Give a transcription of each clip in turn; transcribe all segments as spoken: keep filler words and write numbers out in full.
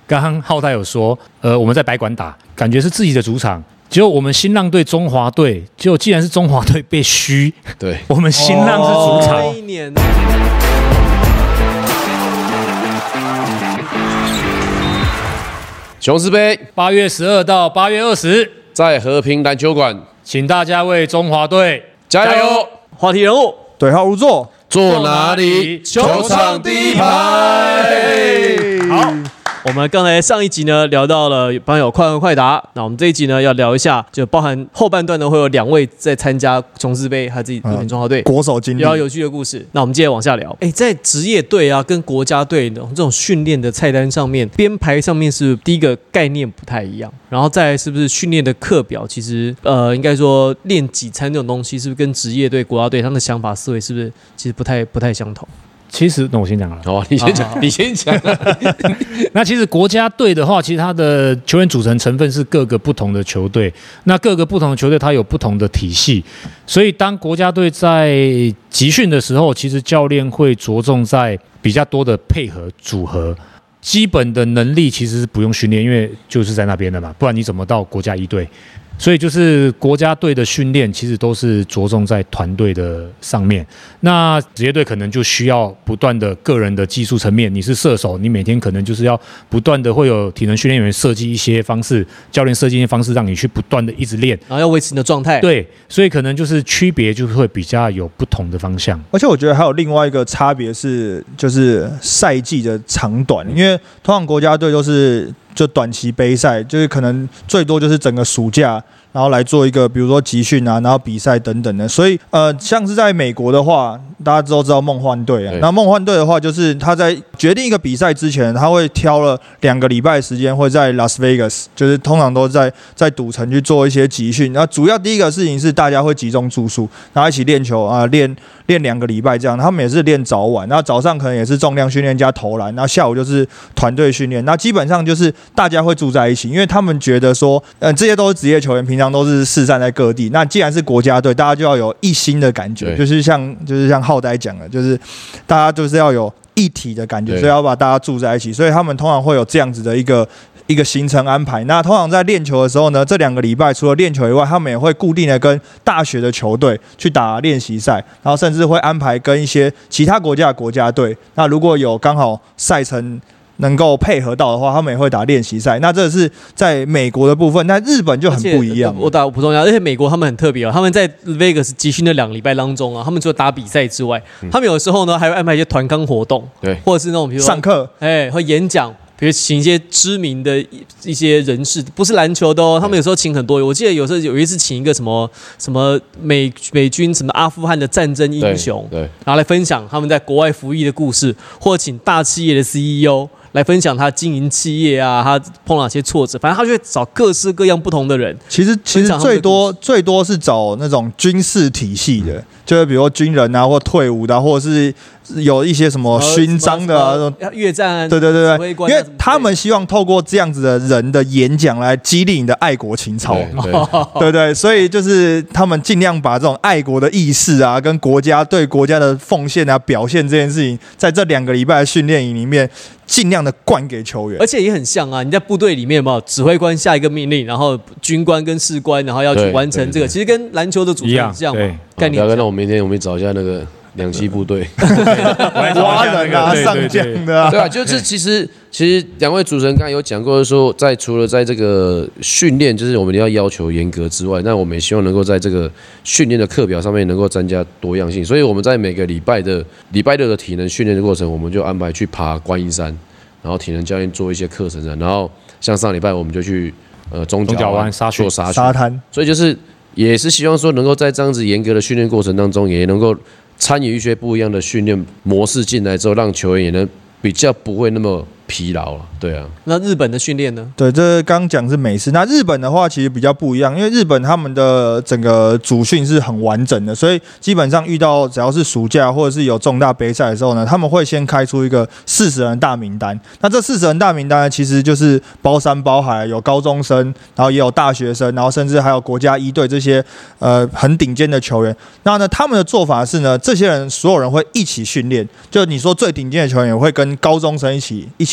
刚刚浩太有说，呃，我们在白馆打，感觉是自己的主场。结果我们新浪对中华队，结果既然是中华队被虚， 对， 我们新浪是主场。 这一年琼斯杯八月十二到八月二十， 在和平篮球馆， 请大家为中华队加油！ 话题人物对号入座， 坐哪里？球场第一排。 好。我们刚才上一集呢聊到了帮友快问快答，那我们这一集呢要聊一下，就包含后半段呢会有两位在参加琼斯杯，还有自己日本中华队国手经历， 聊有趣的故事。那我们接着往下聊。哎，在职业队啊跟国家队这种训练的菜单上面，编排上面是第一个概念不太一样，然后再来是不是训练的课表，其实呃应该说练几餐这种东西，是不是跟职业队、国家队他们的想法思维是不是其实不太不太相同？ 其实，那我先讲了。 好，你先讲，你先讲。 那其实国家队的话，其实它的球员组成成分是各个不同的球队，那各个不同的球队它有不同的体系，所以当国家队在集训的时候，其实教练会着重在比较多的配合组合。基本的能力其实是不用训练，因为就是在那边的嘛，不然你怎么到国家一队？所以就是国家队的训练其实都是着重在团队的上面，那职业队可能就需要不断的个人的技术层面。你是射手，你每天可能就是要不断的会有体能训练员设计一些方式，教练设计一些方式，让你去不断的一直练， 然后要维持你的状态。 对，所以可能就是区别就会比较有不同的方向。 而且我觉得还有另外一个差别是，就是赛季的长短，因为通常国家队都是就短期杯赛，就是可能最多就是整个暑假，然后来做一个比如说集训啊，然后比赛等等的。所以呃，像是在美国的话，大家都知道梦幻队啊，那梦幻队的话，就是他在决定一个比赛之前，他会挑了两个礼拜的时间，会在 Las Vegas， 就是通常都在在赌城去做一些集训。那主要第一个事情是大家会集中住宿，然后一起练球啊，练练两个礼拜这样。他们也是练早晚，然后早上可能也是重量训练加投篮，然后下午就是团队训练。那基本上就是大家会住在一起，因为他们觉得说，呃，这些都是职业球员，平常都是四散在各地。那既然是国家队，大家就要有一心的感觉，就是像就是像浩呆讲的，就是大家就是要有一体的感觉，所以要把大家住在一起。所以他们通常会有这样子的一个一个行程安排。那通常在练球的时候呢，这两个礼拜除了练球以外，他们也会固定的跟大学的球队去打练习赛，然后甚至会安排跟一些其他国家的国家队。那如果有刚好赛程能够配合到的话，他们也会打练习赛。那这是在美国的部分，那日本就很不一样。 我打我补充一下，而且美国他们很特别哦，他们在 Vegas 集训的两个礼拜当中啊，他们除了打比赛之外，嗯、他们有的时候呢还会安排一些团康活动， 对， 或者是那种比如说上课， 哎，会演讲。比如请一些知名的一些人士，不是篮球的哦，他们有时候请很多。我记得有时候有一次请一个什么什么美美军什么阿富汗的战争英雄， 对，对然后来分享他们在国外服役的故事，或者请大企业的 C E O 来分享他经营企业啊，他碰到哪些挫折，反正他就会找各式各样不同的人。 其实其实最多最多是找那种军事体系的，就是比如说军人啊，或退伍的、啊，或者是有一些什么勋章的啊， 越战， 对对对对，因为他们希望透过这样子的人的演讲来激励你的爱国情操， 对对, 对对，所以就是他们尽量把这种爱国的意识啊，跟国家对国家的奉献啊、表现这件事情，在这两个礼拜的训练营里面。尽量的灌给球员， 而且也很像啊！你在部队里面有没有指挥官下一个命令，然后军官跟士官，然后要去完成这个，其实跟篮球的组成很像嘛，概念。 不要，那我明天我们找一下那个两栖部队， 挖人啊，上将的啊， 对啊，就是其实其实两位主持人刚才有讲过，说在除了在这个训练，就是我们要要求严格之外，那我们也希望能够在这个训练的课表上面能够增加多样性。所以我们在每个礼拜的礼拜六的体能训练的过程，我们就安排去爬观音山，然后体能教练做一些课程，然后像上礼拜我们就去呃中角湾做沙沙滩， 所以就是也是希望说能够在这样子严格的训练过程当中，也能够参与一些不一样的训练模式进来之后，让球员也能比较不会那么疲劳了，对啊。 那日本的训练呢？ 对，这刚刚讲是美式。那日本的话其实比较不一样，因为日本他们的整个主训是很完整的，所以基本上遇到只要是暑假或者是有重大杯赛的时候呢，他们会先开出一个四十人大名单。那这四十人大名单呢，其实就是包山包海，有高中生，然后也有大学生，然后甚至还有国家一队这些呃很顶尖的球员。那呢，他们的做法是呢，这些人所有人会一起训练，就你说最顶尖的球员也会跟高中生一起一起。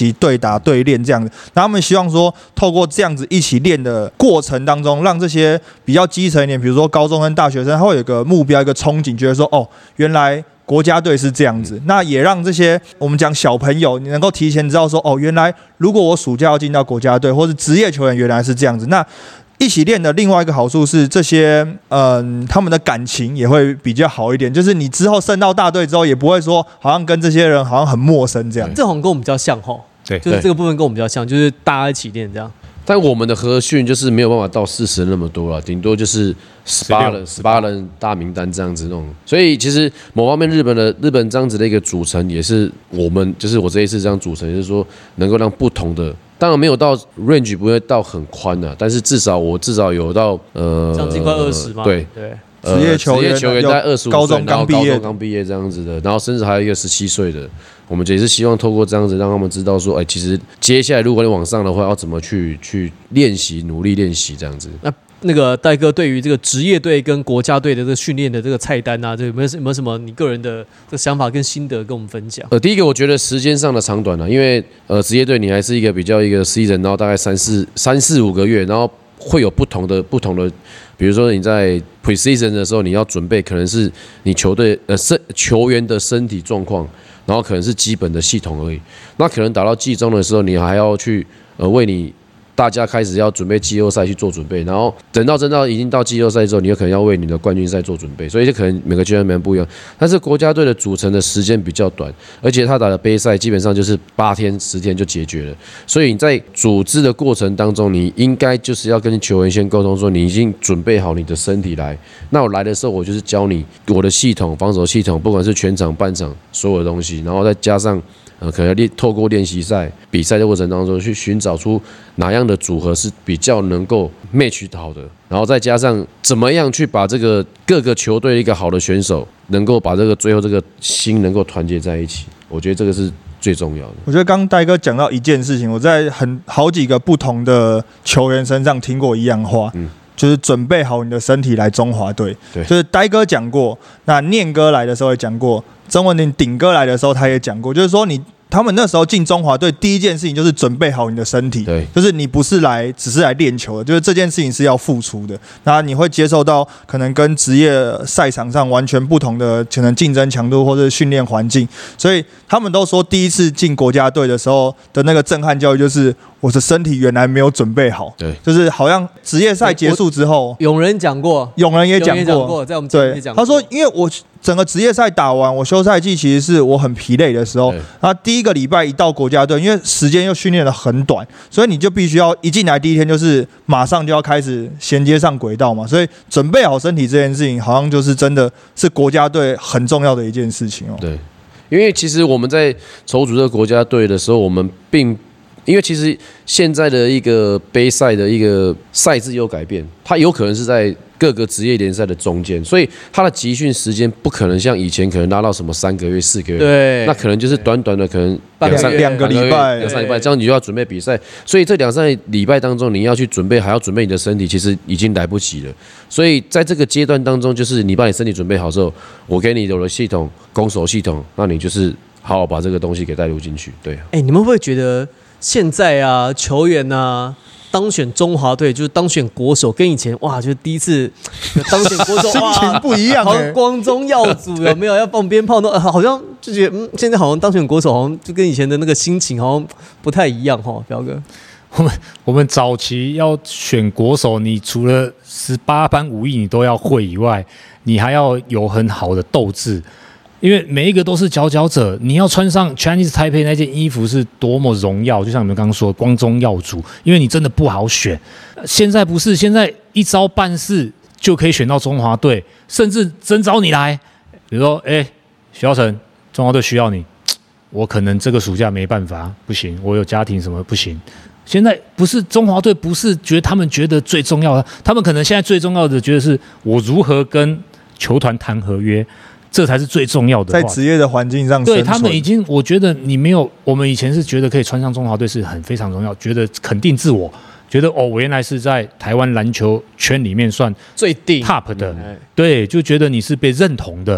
起对打对练这样子。那他们希望说，透过这样子一起练的过程当中，让这些比较基层一点，比如说高中跟大学生，他会有一个目标、一个憧憬，觉得说，哦，原来国家队是这样子。那也让这些我们讲小朋友，你能够提前知道说，哦，原来如果我暑假要进到国家队，或是职业球员原来是这样子。那一起练的另外一个好处是，这些嗯，他们的感情也会比较好一点。就是你之后升到大队之后，也不会说好像跟这些人好像很陌生这样。 这好像跟我们比较像吼， 对， 就是这个部分跟我们比较像，就是大家一起练这样。 但我们的合训就是没有办法到四十人那么多了，顶多就是十八人、十八人大名单这样子弄。所以其实某方面，日本的日本这样子的一个组成，也是我们就是我这一次这样组成，就是说能够让不同的。当然没有到 range 不会到很宽的、啊，但是至少我至少有到呃将近快二十嘛。 对对， 呃、 职业球员职业球员在二十五岁， 高中刚毕业， 高中刚毕业这样子的，然后甚至还有一个十七岁的，我们也是希望透过这样子让他们知道说，哎，其实接下来如果你往上的话，要怎么去去练习，努力练习这样子。 那那个戴哥对于这个职业队跟国家队的这个训练的这个菜单啊，这有没有有没有什么你个人的这个想法跟心得跟我们分享？ 呃，第一个我觉得时间上的长短呢、啊，因为呃职业队你还是一个比较一个 season， 然后大概三四三四五个月，然后会有不同的不同的，比如说你在 pre-season 的时候，你要准备可能是你球队呃身球员的身体状况，然后可能是基本的系统而已。那可能打到季中的时候，你还要去呃为你。大家开始要准备季后赛去做准备，然后等到真到已经到季后赛之后，你有可能要为你的冠军赛做准备，所以这可能每个阶段蛮不一样。但是国家队的组成的时间比较短，而且他打的杯赛基本上就是八天十天就解决了，所以你在组织的过程当中，你应该就是要跟球员先沟通说，你已经准备好你的身体来。那我来的时候，我就是教你我的系统、防守系统，不管是全场、半场所有的东西，然后再加上。呃，可能练透过练习赛、比赛的过程当中，去寻找出哪样的组合是比较能够 match 好的，然后再加上怎么样去把这个各个球队的一个好的选手，能够把这个最后这个心能够团结在一起，我觉得这个是最重要的。 我觉得刚刚戴哥讲到一件事情，我在很好几个不同的球员身上听过一样话，嗯，就是准备好你的身体来中华队。对，就是戴哥讲过，那念哥来的时候也讲过。曾文鼎鼎哥来的时候，他也讲过，就是说你他们那时候进中华队第一件事情就是准备好你的身体，对，就是你不是来只是来练球的，就是这件事情是要付出的。那你会接受到可能跟职业赛场上完全不同的可能竞争强度或者训练环境，所以他们都说第一次进国家队的时候的那个震撼教育就是我的身体原来没有准备好，对，就是好像职业赛结束之后， 有人讲过， 有人也讲过， 讲过在我们这里讲过， 他说因为我。整个职业赛打完，我休赛季其实是我很疲累的时候。那第一个礼拜一到国家队，因为时间又训练的很短，所以你就必须要一进来第一天就是马上就要开始衔接上轨道嘛。所以准备好身体这件事情，好像就是真的是国家队很重要的一件事情哦。 对，因为其实我们在筹组这个国家队的时候，我们并因为其实现在的一个杯赛的一个赛制有改变，它有可能是在各个职业联赛的中间，所以它的集训时间不可能像以前可能拉到什么三个月、四个月， 对， 那可能就是短短的可能两三两个礼拜、 两三礼拜，这样你就要准备比赛。所以这两三礼拜当中，你要去准备，还要准备你的身体，其实已经来不及了。所以在这个阶段当中，就是你把你身体准备好之后，我给你有了系统、攻守系统，那你就是好好把这个东西给带入进去。对， 哎，你们会不会觉得？现在啊，球员啊，当选中华队就是当选国手，跟以前哇，就是第一次当选国手， 心情不一样、欸， 好像光宗耀祖有没有？要放鞭炮都好像就觉得，嗯，现在好像当选国手，好像就跟以前的那个心情好像不太一样哈，彪哥。 我们我们早期要选国手，你除了十八般武艺你都要会以外，你还要有很好的斗志。因为每一个都是佼佼者，你要穿上 Chinese Taipei 那件衣服是多么荣耀，就像你们刚刚说光宗耀祖，因为你真的不好选。现在不是，现在一招办事就可以选到中华队，甚至征召你来。比如说，哎，许耀成，中华队需要你，我可能这个暑假没办法，不行，我有家庭什么不行。现在不是中华队，不是觉得他们觉得最重要的，他们可能现在最重要的觉得是我如何跟球团谈合约。这才是最重要的。 在职业的环境上， 对他们已经，我觉得你没有，我们以前是觉得可以穿上中华队是很非常重要，觉得肯定自我，觉得哦，我原来是在台湾篮球圈里面算最顶 top 的，对，就觉得你是被认同的。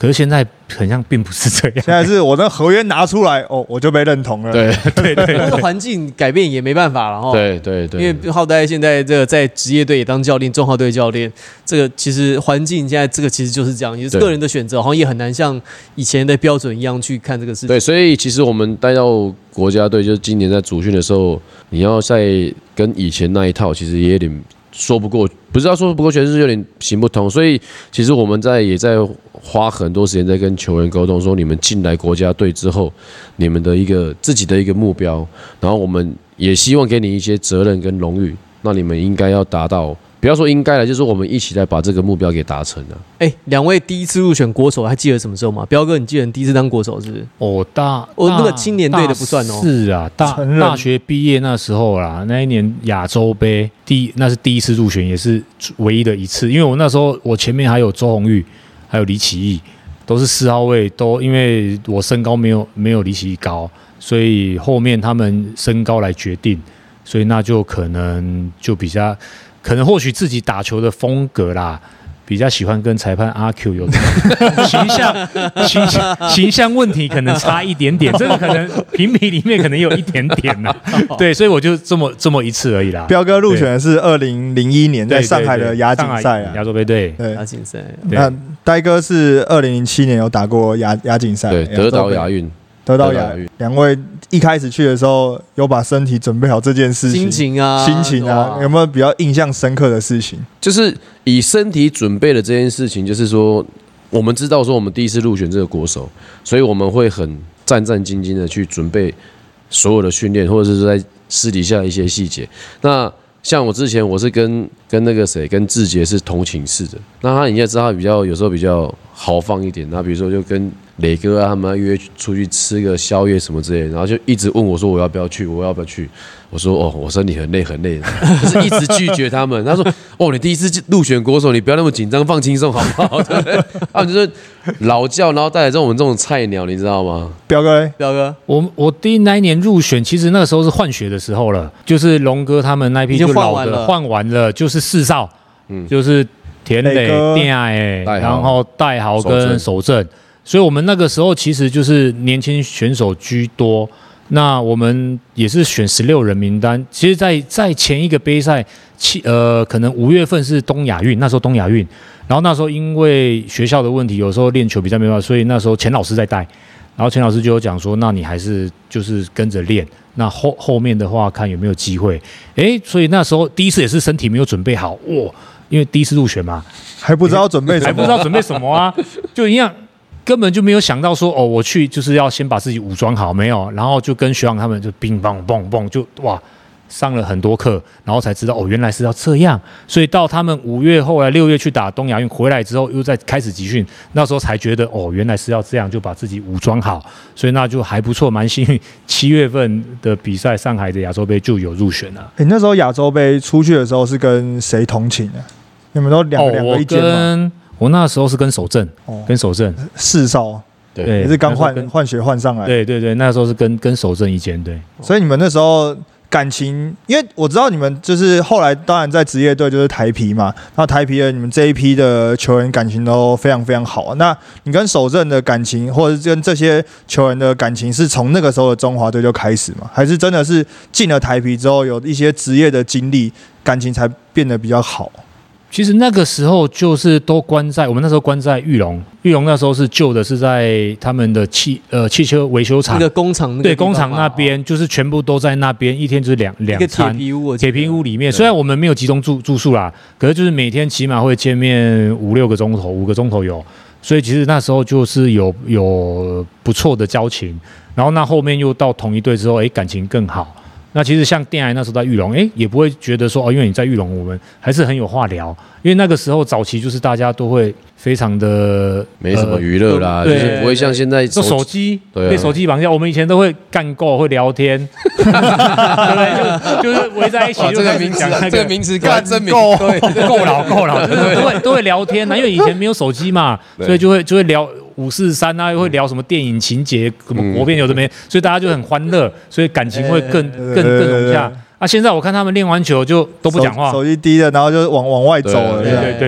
可是现在很像并不是这样。 现在是我的合约拿出来，哦，我就被认同了。 对对对这个环境改变也没办法了哈。 对对对， 因为浩代现在这个在职业队也当教练，中华队教练，这个其实环境现在这个其实就是这样，也是个人的选择，好像也很难像以前的标准一样去看这个事情。 对，所以其实我们带到国家队，就是今年在主训的时候，你要再跟以前那一套，其实也有点说不过，不是要说不过去，就是有点行不通。所以其实我们在也在花很多时间在跟球员沟通，说你们进来国家队之后，你们的一个自己的一个目标，然后我们也希望给你一些责任跟荣誉，那你们应该要达到。不要说应该了，就是我们一起来把这个目标给达成了。 哎，两位第一次入选国手，还记得什么时候吗？彪哥，你记得你第一次当国手是不是？ 哦，大哦，那个青年队的不算哦。 是啊，大大学毕业那时候啦，那一年亚洲杯第那是第一次入选，也是唯一的一次。因为我那时候我前面还有周鸿祎，还有李启毅，都是四号位，都因为我身高没有没有李启毅高，所以后面他们身高来决定，所以那就可能就比较。可能或许自己打球的风格啦，比较喜欢跟裁判阿 Q 有形象形象形象问题，可能差一点点，这个可能评比里面可能有一点点啦。对，所以我就这么这么一次而已啦。 彪哥入选的是二零零一年在上海的亚锦赛啊， 亚洲杯队。 对， 亚锦赛。 那呆哥是二零零七年有打过亚亚锦赛， 对，德岛亚运。 得到亚运，两位一开始去的时候有把身体准备好这件事情， 心情啊， 心情啊，有没有比较印象深刻的事情？ 就是以身体准备的这件事情，就是说我们知道说我们第一次入选这个国手，所以我们会很战战兢兢的去准备所有的训练，或者是在私底下一些细节。那像我之前我是跟跟那个谁跟志杰是同寝室的，那他你也知道他比较有时候比较豪放一点，那比如说就跟磊哥啊他们约出去吃个宵夜什么之类的，然后就一直问我说我要不要去，我要不要去？我说哦，我身体很累很累，就是一直拒绝他们。他说哦，你第一次入选国手，你不要那么紧张，放轻松好不好？对不对？他们就是老教，然后带来这种我们这种菜鸟，你知道吗？ 彪哥， 彪哥， 我我第一那一年入选，其实那个时候是换血的时候了，就是龙哥他们那一批就老的换完了，就是四少，嗯，就是田磊、店哎，然后戴豪跟守正。所以我们那个时候其实就是年轻选手居多，那我们也是选十六人名单。其实在，在在前一个杯赛，七呃，可能五月份是东亚运，那时候东亚运，然后那时候因为学校的问题，有时候练球比较没办法，所以那时候钱老师在带，然后钱老师就有讲说，那你还是就是跟着练，那后后面的话看有没有机会。哎，所以那时候第一次也是身体没有准备好，哇，因为第一次入选嘛， 还不知道准备什么， 还不知道准备什么啊，就一样。根本就没有想到说哦，我去就是要先把自己武装好，没有，然后就跟学长他们就乒乓蹦蹦就哇上了很多课，然后才知道哦原来是要这样，所以到他们五月后来六月去打东亚运回来之后，又再开始集训，那时候才觉得哦原来是要这样，就把自己武装好，所以那就还不错，蛮幸运。七月份的比赛，上海的亚洲杯就有入选了。 哎，那时候亚洲杯出去的时候是跟谁同寝啊？你们都两个两个一间吗？ 我那时候是跟守正，哦、跟守正四少， 对， 也是刚换换血换上来。 对对对，那时候是跟跟守正一间，对。 所以你们那时候感情，因为我知道你们就是后来当然在职业队就是台啤嘛，然后台啤的你们这一批的球员感情都非常非常好。那你跟守正的感情，或者是跟这些球员的感情，是从那个时候的中华队就开始吗？还是真的是进了台啤之后，有一些职业的经历，感情才变得比较好？ 其实那个时候就是都关在我们那时候关在裕隆，裕隆那时候是旧的是在他们的汽呃汽车维修厂那个工厂，那个对工厂那边就是全部都在那边，一天就是两两餐铁皮屋， 铁皮屋里面，虽然我们没有集中住住宿啦，可是就是每天起码会见面五六个钟头，五个钟头有，所以其实那时候就是有有不错的交情，然后那后面又到同一队之后，哎感情更好。那其实像电癌那时候在裕隆，哎，也不会觉得说哦，因为你在裕隆，我们还是很有话聊。因为那个时候早期就是大家都会非常的没什么娱乐啦， 呃、 就是不会像现在手手机对、啊、 被手机绑架。我们以前都会干够，会聊天，对不对？就就是围在一起就开始讲那个这个名词干真够，对，够老够老，就是都会都会聊天啊。因为以前没有手机嘛，所以就会就会聊五四三啊，又会聊什么电影情节，什么国片有的没，所以大家就很欢乐，所以感情会更更更融洽。啊！现在我看他们练完球就都不讲话， 手机低了，然后就往往外走了。 对对对，就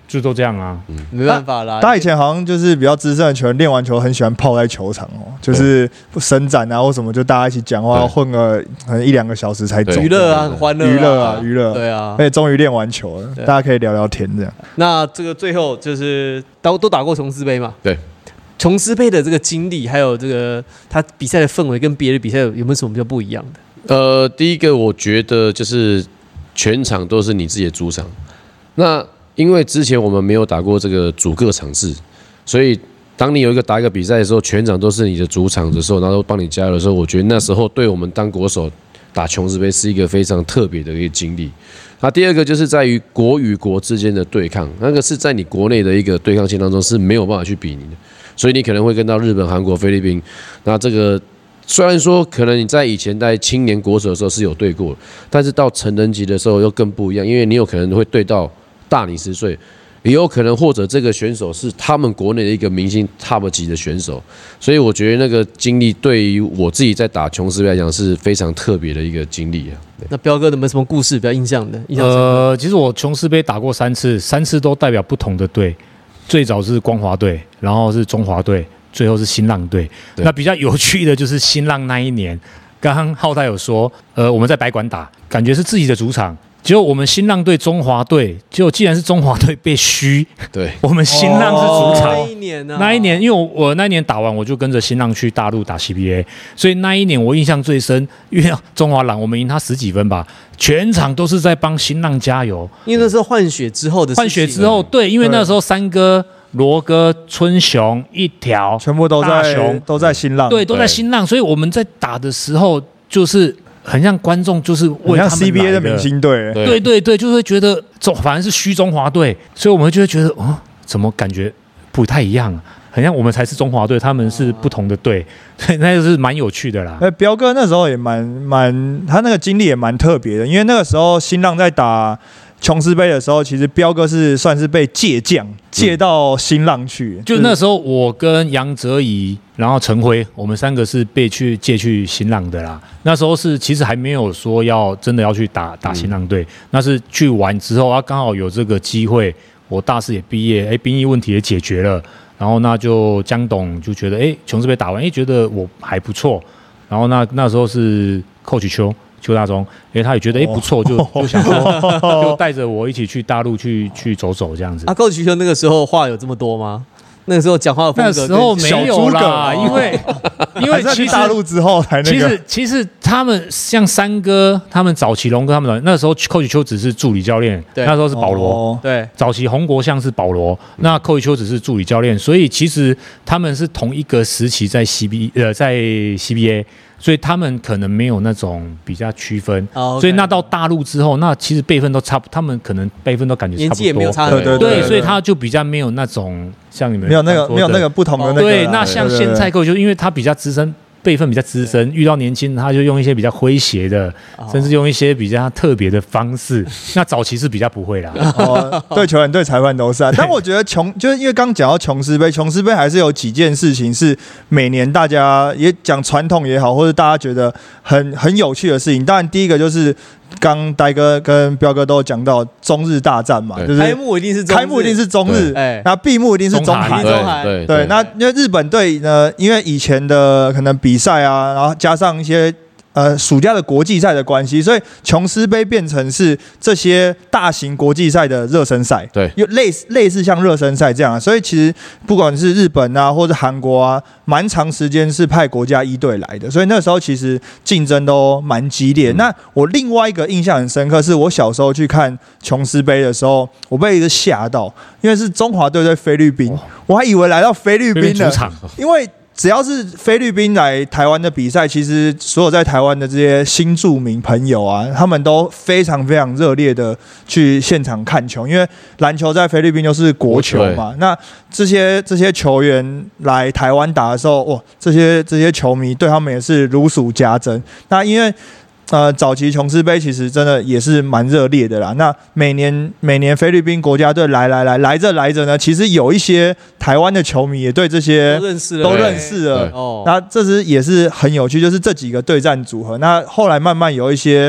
就都这样啊。 嗯，没办法啦。 他以前好像就是比较资深的球员，练完球很喜欢泡在球场哦，就是伸展啊或什么，就大家一起讲话，混个可能一两个小时才走。 娱乐啊，很欢乐、啊。 娱乐啊，娱乐。 对啊。 而且终于练完球了，大家可以聊聊天这样。 那这个最后就是都都打过琼斯杯嘛？ 对。 琼斯杯的这个经历，还有这个他比赛的氛围，跟别的比赛有没有什么比较不一样的？ 呃，第一个我觉得就是全场都是你自己的主场。那因为之前我们没有打过这个主客场制，所以当你有一个打一个比赛的时候，全场都是你的主场的时候，然后帮你加油的时候，我觉得那时候对我们当国手打琼斯杯是一个非常特别的一个经历。那第二个就是在于国与国之间的对抗，那个是在你国内的一个对抗性当中是没有办法去比拟的，所以你可能会跟到日本、韩国、菲律宾。那这个虽然说可能你在以前在青年国手的时候是有对过，但是到成人级的时候又更不一样，因为你有可能会对到大你十岁，也有可能或者这个选手是他们国内的一个明星 top 级的选手，所以我觉得那个经历对于我自己在打琼斯杯来讲是非常特别的一个经历啊。 那彪哥有没有什么故事比较印象的？印象呃，其实我琼斯杯打过三次，三次都代表不同的队，最早是光华队，然后是中华队，最后是新浪队。那比较有趣的就是新浪那一年，刚刚浩太有说，呃，我们在白馆打，感觉是自己的主场。结果我们新浪队、中华队，结果既然是中华队被虚， 对， 我们新浪是主场。 那一年呢、啊？ 那一年，因为我我那一年打完，我就跟着新浪去大陆打 C B A， 所以那一年我印象最深，因为中华狼我们赢他十几分吧，全场都是在帮新浪加油。 因为那时候换血之后的换血之后，对，因为那时候三哥、罗哥、春雄一条全部都在都在新浪， 对，都在新浪，所以我们在打的时候就是很像观众，就是为他们像 C B A 的明星队， 对对对，就会觉得中反而是虚中华队，所以我们就会觉得哦，怎么感觉不太一样、啊，很像我们才是中华队，他们是不同的队，所以那就是蛮有趣的啦。 哎，彪哥那时候也蛮蛮，他那个经历也蛮特别的，因为那个时候新浪在打琼斯杯的时候，其实彪哥是算是被借将借到新浪去、嗯， 就那时候我跟杨哲仪，然后陈辉，我们三个是被去借去新浪的啦。那时候是其实还没有说要真的要去打打新浪队、嗯，那是去完之后啊，刚好有这个机会，我大四也毕业，哎，兵役问题也解决了，然后那就江董就觉得，哎，琼斯杯打完，哎，觉得我还不错，然后那那时候是coach邱。邱大中，因为他也觉得哎、欸、不错，就就想说，就带着我一起去大陆去去走走这样子。 啊，coach邱那个时候话有这么多吗？那个时候讲话的风格， 那时候没有啦，因为因为其实大陆之后才那个。 其实其实他们像三哥，他们早期龙哥他们那时候 coach 邱只是助理教练，那时候是保罗、哦， 对， 早期洪国相是保罗，那 coach 邱只是助理教练，所以其实他们是同一个时期在 C B 呃在 C B A。所以他们可能没有那种比较区分， oh, okay. 所以那到大陆之后，那其实辈分都差不，他们可能辈分都感觉差不多， 年纪也没有差很多， 对对 对, 对，所以他就比较没有那种像你们没有那个没有那个不同的那个、啊， 对，那像现在就因为他比较资深。辈分比较资深，遇到年轻人他就用一些比较诙谐的，甚至用一些比较特别的方式。那早期是比较不会啦， 哦，对球员对裁判都是啊。但我觉得琼就是因为刚讲到琼斯杯，琼斯杯还是有几件事情是每年大家也讲传统也好，或者大家觉得很很有趣的事情。当然第一个就是刚呆哥跟彪哥都有讲到中日大战嘛，就是开幕一定是中日开幕一定是中日，然后闭幕一定是中韩， 中韩对对, 对。那因为日本队呢，因为以前的可能比赛啊，然后加上一些呃暑假的国际赛的关系，所以琼斯杯变成是这些大型国际赛的热身赛， 对， 又类似类似像热身赛这样、啊，所以其实不管是日本啊或者韩国啊，蛮长时间是派国家一队来的，所以那时候其实竞争都蛮激烈、嗯。那我另外一个印象很深刻，是我小时候去看琼斯杯的时候，我被一个吓到，因为是中华队对菲律宾，我还以为来到菲律宾了，因为。只要是菲律宾来台湾的比赛，其实所有在台湾的这些新住民朋友啊，他们都非常非常热烈的去现场看球，因为篮球在菲律宾就是国球嘛。那这些这些球员来台湾打的时候，哇，这些这些球迷对他们也是如数家珍。那因为呃，早期琼斯杯其实真的也是蛮热烈的啦。那每年每年菲律宾国家队来来来来着来着呢，其实有一些台湾的球迷也对这些都认识了， 都认识了。 哦， 那这是也是很有趣，就是这几个对战组合。那后来慢慢有一些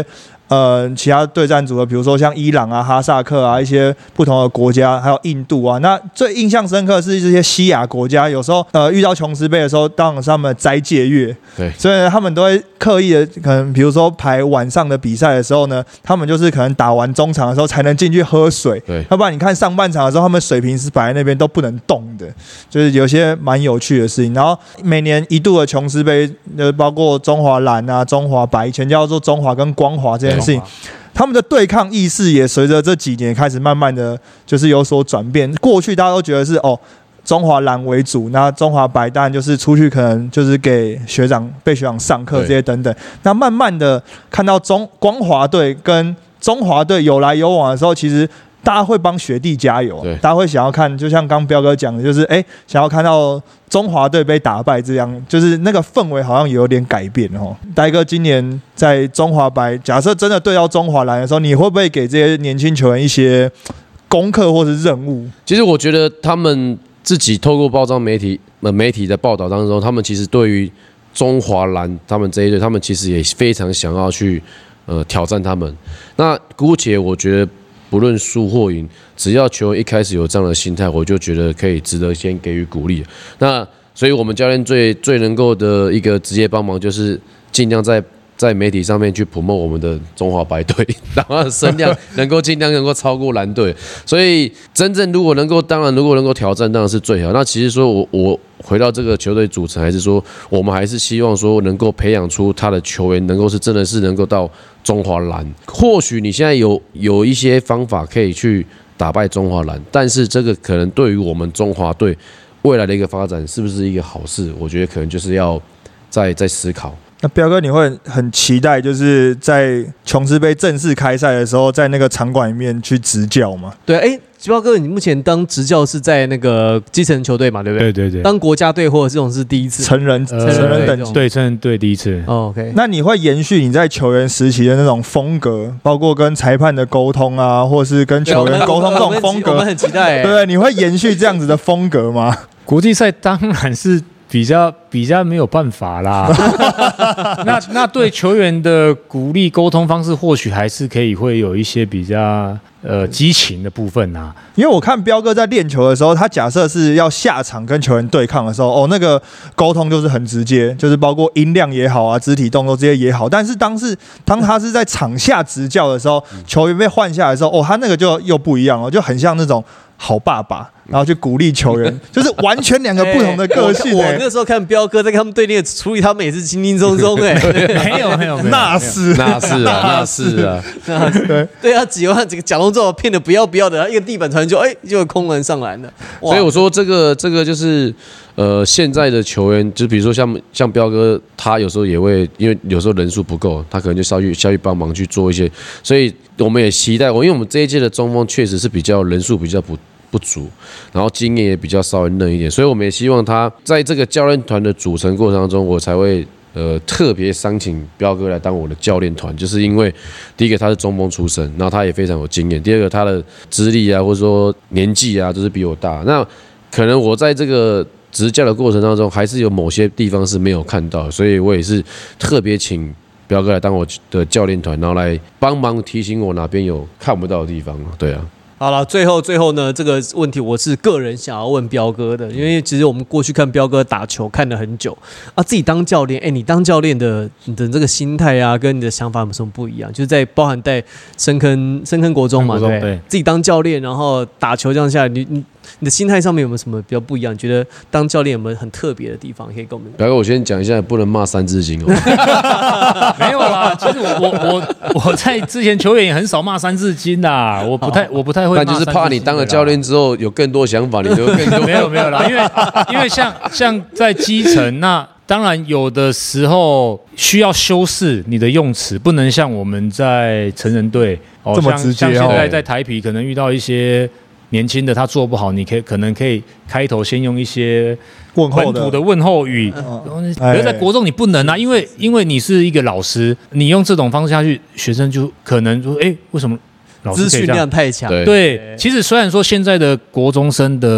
呃其他对战组合，比如说像伊朗啊、哈萨克啊一些不同的国家，还有印度啊。那最印象深刻是这些西亚国家，有时候呃遇到琼斯杯的时候，当然是他们的斋戒月， 对， 所以他们都会刻意的，可能比如说排晚上的比赛的时候呢，他们就是可能打完中场的时候才能进去喝水， 对， 要不然你看上半场的时候，他们水平是摆在那边都不能动的，就是有些蛮有趣的事情。然后每年一度的琼斯杯，呃，包括中华蓝啊、中华白，以前叫做中华跟光华这件事情，他们的对抗意识也随着这几年开始慢慢的就是有所转变。过去大家都觉得是哦。中华蓝为主，那中华白当然就是出去可能就是给学长被学长上课这些等等。那慢慢的看到中光华队跟中华队有来有往的时候，其实大家会帮学弟加油，大家会想要看，就像刚彪哥讲的，就是哎、欸，想要看到中华队被打败这样，就是那个氛围好像有点改变哦。呆哥今年在中华白，假设真的对到中华蓝的时候，你会不会给这些年轻球员一些功课或是任务？ 其实我觉得他们自己透过报章媒体、呃媒体的报道当中，他们其实对于中华蓝他们这一队，他们其实也非常想要去呃挑战他们。那姑且我觉得不论输或赢，只要球员一开始有这样的心态，我就觉得可以值得先给予鼓励。那所以我们教练最最能够的一个直接帮忙，就是尽量在。在媒体上面去promote我们的中华白队，然后声量能够尽量能够超过蓝队，所以真正如果能够，当然如果能够挑战，当然是最好。那其实说我我回到这个球队组成，还是说我们还是希望说能够培养出他的球员，能够是真的是能够到中华蓝。或许你现在有有一些方法可以去打败中华蓝，但是这个可能对于我们中华队未来的一个发展是不是一个好事？我觉得可能就是要再再思考。 那彪哥，你会很期待，就是在琼斯杯正式开赛的时候，在那个场馆里面去执教吗？ 对，哎，彪哥，你目前当执教是在那个基层球队嘛，对不对？ 对对对。 当国家队或者这种是第一次， 成人、呃、成人等级， 对成人队第一次。 哦 OK， 那你会延续你在球员时期的那种风格，包括跟裁判的沟通啊，或是跟球员沟通这种风格， 我们很期待。 对，你会延续这样子的风格吗？ 国际赛当然是。比较比较没有办法啦，那那对球员的鼓励沟通方式，或许还是可以会有一些比较呃激情的部分啊。 因为我看彪哥在练球的时候，他假设是要下场跟球员对抗的时候，哦，那个沟通就是很直接，就是包括音量也好啊，肢体动作这些也好。但是当是当他是在场下执教的时候，球员被换下来的时候，哦，他那个就又不一样了，就很像那种好爸爸。然后去鼓励球员，就是完全两个不同的个性、欸欸我。我那时候看彪哥在跟他们对练处理，他们也是轻轻松松哎， 没有没有没有， 那是那是啊那是啊， 对对啊，几万这个蒋龙这种骗的不要不要的，一个地板传就哎就空人上来了。 所以我说这个这个就是呃现在的球员，就比如说像像彪哥，他有时候也会因为有时候人数不够，他可能就下去下去帮忙去做一些，所以我们也期待我，因为我们这一届的中锋确实是比较人数比较不。不足，然后经验也比较稍微嫩一点，所以我们也希望他在这个教练团的组成过程当中，我才会呃特别商请彪哥来当我的教练团，就是因为第一个他是中锋出身，然后他也非常有经验，第二个他的资历啊或者说年纪啊都是比我大，那可能我在这个执教的过程当中，还是有某些地方是没有看到，所以我也是特别请彪哥来当我的教练团，然后来帮忙提醒我哪边有看不到的地方，对啊。 好了，最后最后呢，这个问题我是个人想要问彪哥的，因为其实我们过去看彪哥打球看了很久啊，自己当教练，哎，你当教练的你的这个心态啊，跟你的想法有什么不一样？就是在包含在深坑深坑国中嘛，对不对？自己当教练，然后打球这样下来，你你你的心态上面有没有什么比较不一样？你觉得当教练有没有很特别的地方可以跟我们？ 彪哥，我先讲一下，不能骂三字经哦。 没有啦，其实我我我在之前球员也很少骂三字经啦，我不太我不太会骂三字经。 但就是怕你当了教练之后有更多想法，你就更多。 没有没有啦，因为因为像像在基层那。当然，有的时候需要修饰你的用词，不能像我们在成人队哦， 这么直接哦。 像现在在台啤可能遇到一些年轻的，他做不好，你可以可能可以开头先用一些问候本土的问候语。 嗯、 可是在国中你不能啊，因为因为你是一个老师，你用这种方式下去，学生就可能说，哎，为什么老师资讯量太强？ 对，对，其实虽然说现在的国中生的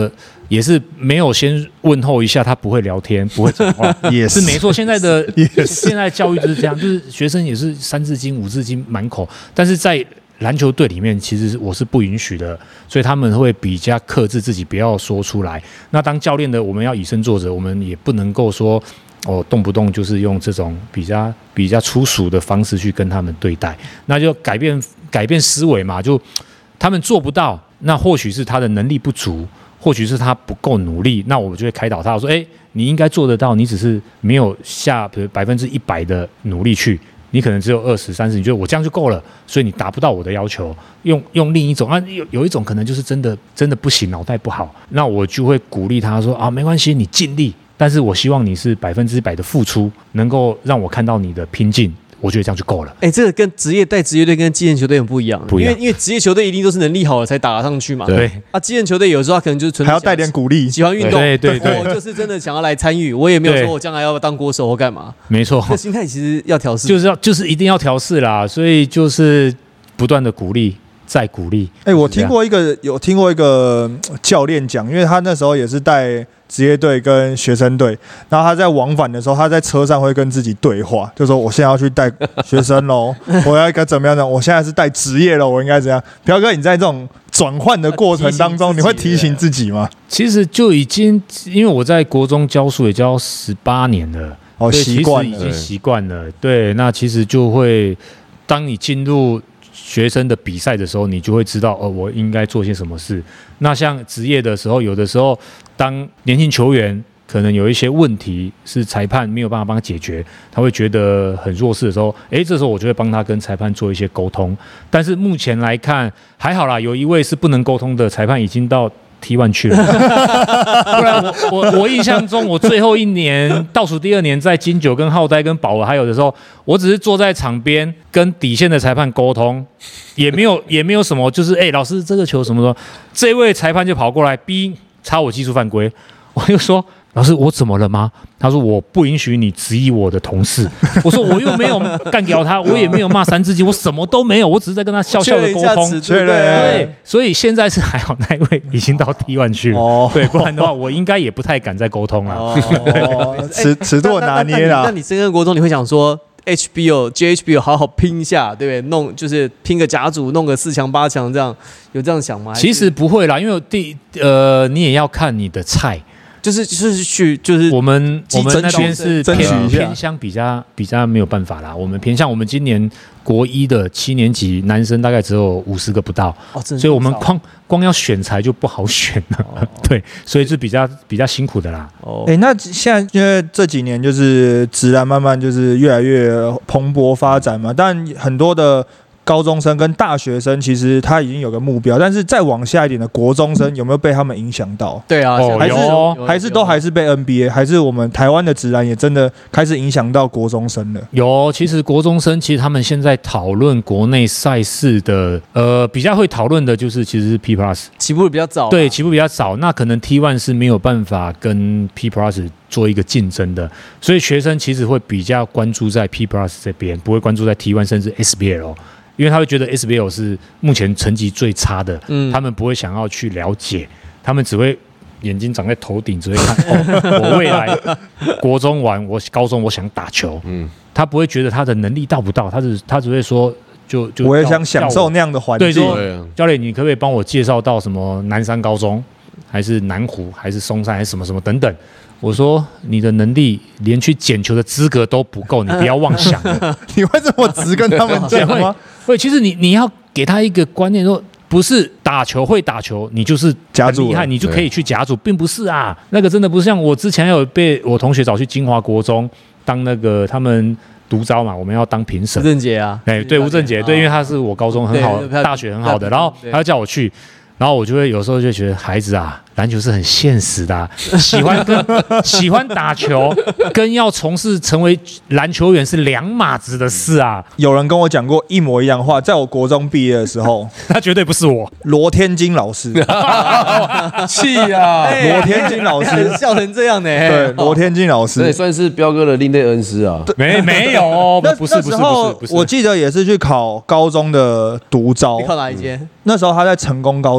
也是没有先问候一下，他不会聊天，不会讲话， 也是没错。现在的现在教育就是这样，就是学生也是三字经、五字经满口，但是在篮球队里面，其实我是不允许的，所以他们会比较克制自己，不要说出来。那当教练的，我们要以身作则，我们也不能够说哦，动不动就是用这种比较比较粗俗的方式去跟他们对待，那就改变改变思维嘛。就他们做不到，那或许是他的能力不足，或许是他不够努力，那我就会开导他，我说：哎，你应该做得到，你只是没有下比如百分之一百的努力去。你可能只有二十、三十，你觉得我这样就够了，所以你达不到我的要求。用用另一种啊，有有一种可能就是真的真的不行，脑袋不好，那我就会鼓励他说啊，没关系，你尽力，但是我希望你是百分之百的付出，能够让我看到你的拼劲。我觉得这样就够了。 哎、欸，这个跟职业带职业队跟基层球队很不一样， 不一样， 因为因为职业球队一定都是能力好了才打得上去嘛。 对。 啊，基层球队有时候他可能就是纯还要带点鼓励， 喜欢运动， 对对 对, 对，我就是真的想要来参与，我也没有说我将来要当国手或干嘛。 没错， 这心态其实要调试， 就是要就是一定要调试啦，所以就是不断的鼓励。再鼓励。 哎、欸，我听过一个有听过一个教练讲，因为他那时候也是带职业队跟学生队，然后他在往返的时候，他在车上会跟自己对话，就说我现在要去带学生喽，我要该怎么样呢？我现在是带职业了，我应该怎样？彪哥，你在这种转换的过程当中，你会提醒自己吗？ 其实就已经，因为我在国中教书也教十八年了， 哦，习惯了， 已经习惯了。对，那其实就会，当你进入学生的比赛的时候，你就会知道，哦，我应该做些什么事。那像职业的时候，有的时候，当年轻球员可能有一些问题是裁判没有办法帮他解决，他会觉得很弱势的时候，诶，这时候我就会帮他跟裁判做一些沟通。但是目前来看，还好啦，有一位是不能沟通的裁判已经到T 一 去了，不然我我我印象中，我最后一年倒数第二年在金九跟浩呆跟宝儿还有的时候，我只是坐在场边跟底线的裁判沟通，也没有也没有什么，就是哎、欸、老师这个球什么的，这位裁判就跑过来逼查我技术犯规，我就说老师我怎么了吗？他说我不允许你质疑我的同事。我说我又没有干掉他，我也没有骂三字经，我什么都没有，我只是在跟他笑笑的沟通。 对对，所以现在是还好，那一位已经到 T 一 去了。哦，对，不然的话我应该也不太敢再沟通了。 哦，尺尺度拿捏啦。 那你升格国中，你会想说 H B O J H B O 好好拼一下，对不对？弄就是拼个甲组，弄个四强八强，这样有这样想吗？ 其实不会啦，因为第呃你也要看你的菜。 就是就是去就是我们我们那边是偏偏乡比较比较没有办法啦。我们偏乡，我们今年国一的七年级男生大概只有五十个不到， 哦， 所以我们光光要选材就不好选了。哦、对，所以是比较比较辛苦的啦。 哦，哎、欸，那现在因为这几年就是职篮慢慢就是越来越蓬勃发展嘛，但很多的高中生跟大学生其实他已经有个目标，但是再往下一点的国中生有没有被他们影响到？ 对啊， 哦、 还是有还是都还是被 N B A， 还是我们台湾的职篮也真的开始影响到国中生了？ 有，其实国中生其实他们现在讨论国内赛事的，呃，比较会讨论的就是其实是 P Plus 起步比较早、啊， 对，起步比较早，那可能 T 一 是没有办法跟 P Plus 做一个竞争的，所以学生其实会比较关注在 P Plus 这边，不会关注在 T 一 甚至 S B L。因为他会觉得 S B L 是目前成绩最差的，嗯，他们不会想要去了解，他们只会眼睛长在头顶，只会看哦，我未来国中玩，我高中我想打球，嗯，他不会觉得他的能力到不到，他只他只会说就就我也想享受那样的环境， 对，说教练你可不可以帮我介绍到什么南山高中，还是南湖，还是松山，还是什么什么等等。我说你的能力连去捡球的资格都不够，你不要妄想了。 你会这么直跟他们讲吗？ 会，其实你你要给他一个观念，说不是打球会打球，你就是甲组厉害，你就可以去甲组，并不是啊。那个真的不是像我之前有被我同学找去金华国中当那个他们独招嘛，我们要当评审。 吴正杰啊， 哎，对，吴正杰，对，因为他是我高中很好，大学很好的，然后他要叫我去。然后我就会有时候就觉得孩子啊，篮球是很现实的、啊，喜欢跟喜欢打球，跟要从事成为篮球员是两码子的事啊。 有人跟我讲过一模一样话，在我国中毕业的时候， 他绝对不是我， 罗天金老师， 气啊！ 罗天金老师笑成这样呢、欸？ 对，罗天金老师， 这也算是彪哥的另类恩师啊。 没没有， 那不是不是不是不是， 我记得也是去考高中的独招。 你考哪一间？ 那时候他在成功高中，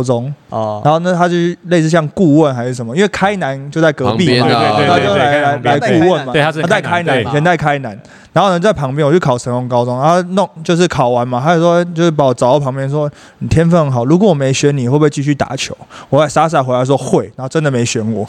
哦， 然后呢，他就类似像顾问还是什么，因为开南就在隔壁嘛， 旁边啊对对对他就来来来顾问嘛， 对，他是他带开南， 对以前带开南。然后呢，在旁边我去考成功高中，然后弄就是考完嘛，他就说就是把我找到旁边说你天分很好，如果我没选你，会不会继续打球？我还傻傻回来说会，然后真的没选我。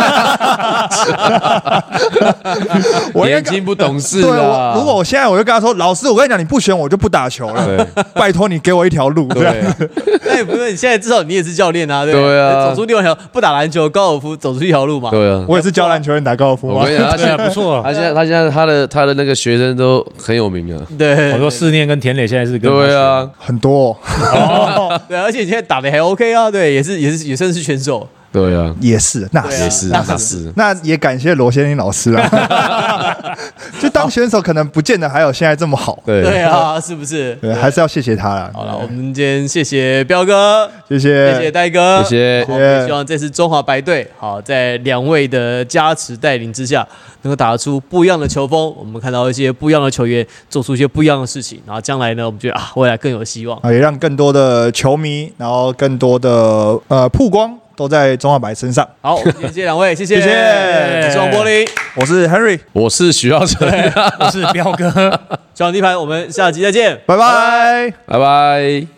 我年轻不懂事对， 啊我如果我现在我就跟他说，老师，我跟你讲，你不选我就不打球了， 对拜托你给我一条路。 对， 那也不是，你现在至少你也是教练啊，对不对啊走出另外一条，不打篮球，高尔夫走出一条路嘛。 对啊。 我也是教篮球员打高尔夫嘛我跟。你讲，他现对啊， 在不错。 他现在他现在他的他的那个学生都很有名啊。 对， 我说四念跟田磊现在是跟他对啊， 很多、哦， 对，而且你现在打的还 OK 啊，对，也是也是也算是选手。 对啊， 也是，那对啊也是那那是。 那也感谢罗先林老师啊。就当选手可能不见得还有现在这么好， 对对啊，是不是？ 对，还是要谢谢他啦。 好了，我们今天谢谢彪哥， 谢谢， 谢谢戴哥， 谢谢好我们也希望这次中华白队好在两位的加持带领之下，能够打出不一样的球风。我们看到一些不一样的球员做出一些不一样的事情，然后将来呢，我们觉得啊，未来更有希望。 啊，也让更多的球迷，然后更多的呃曝光都在中华白身上。 好，谢谢两位，谢谢， 谢谢我是王柏林， 我是 Henry， 我是许耀成， 我是彪哥。 小王地盘，我们下集再见。 拜拜。 拜拜。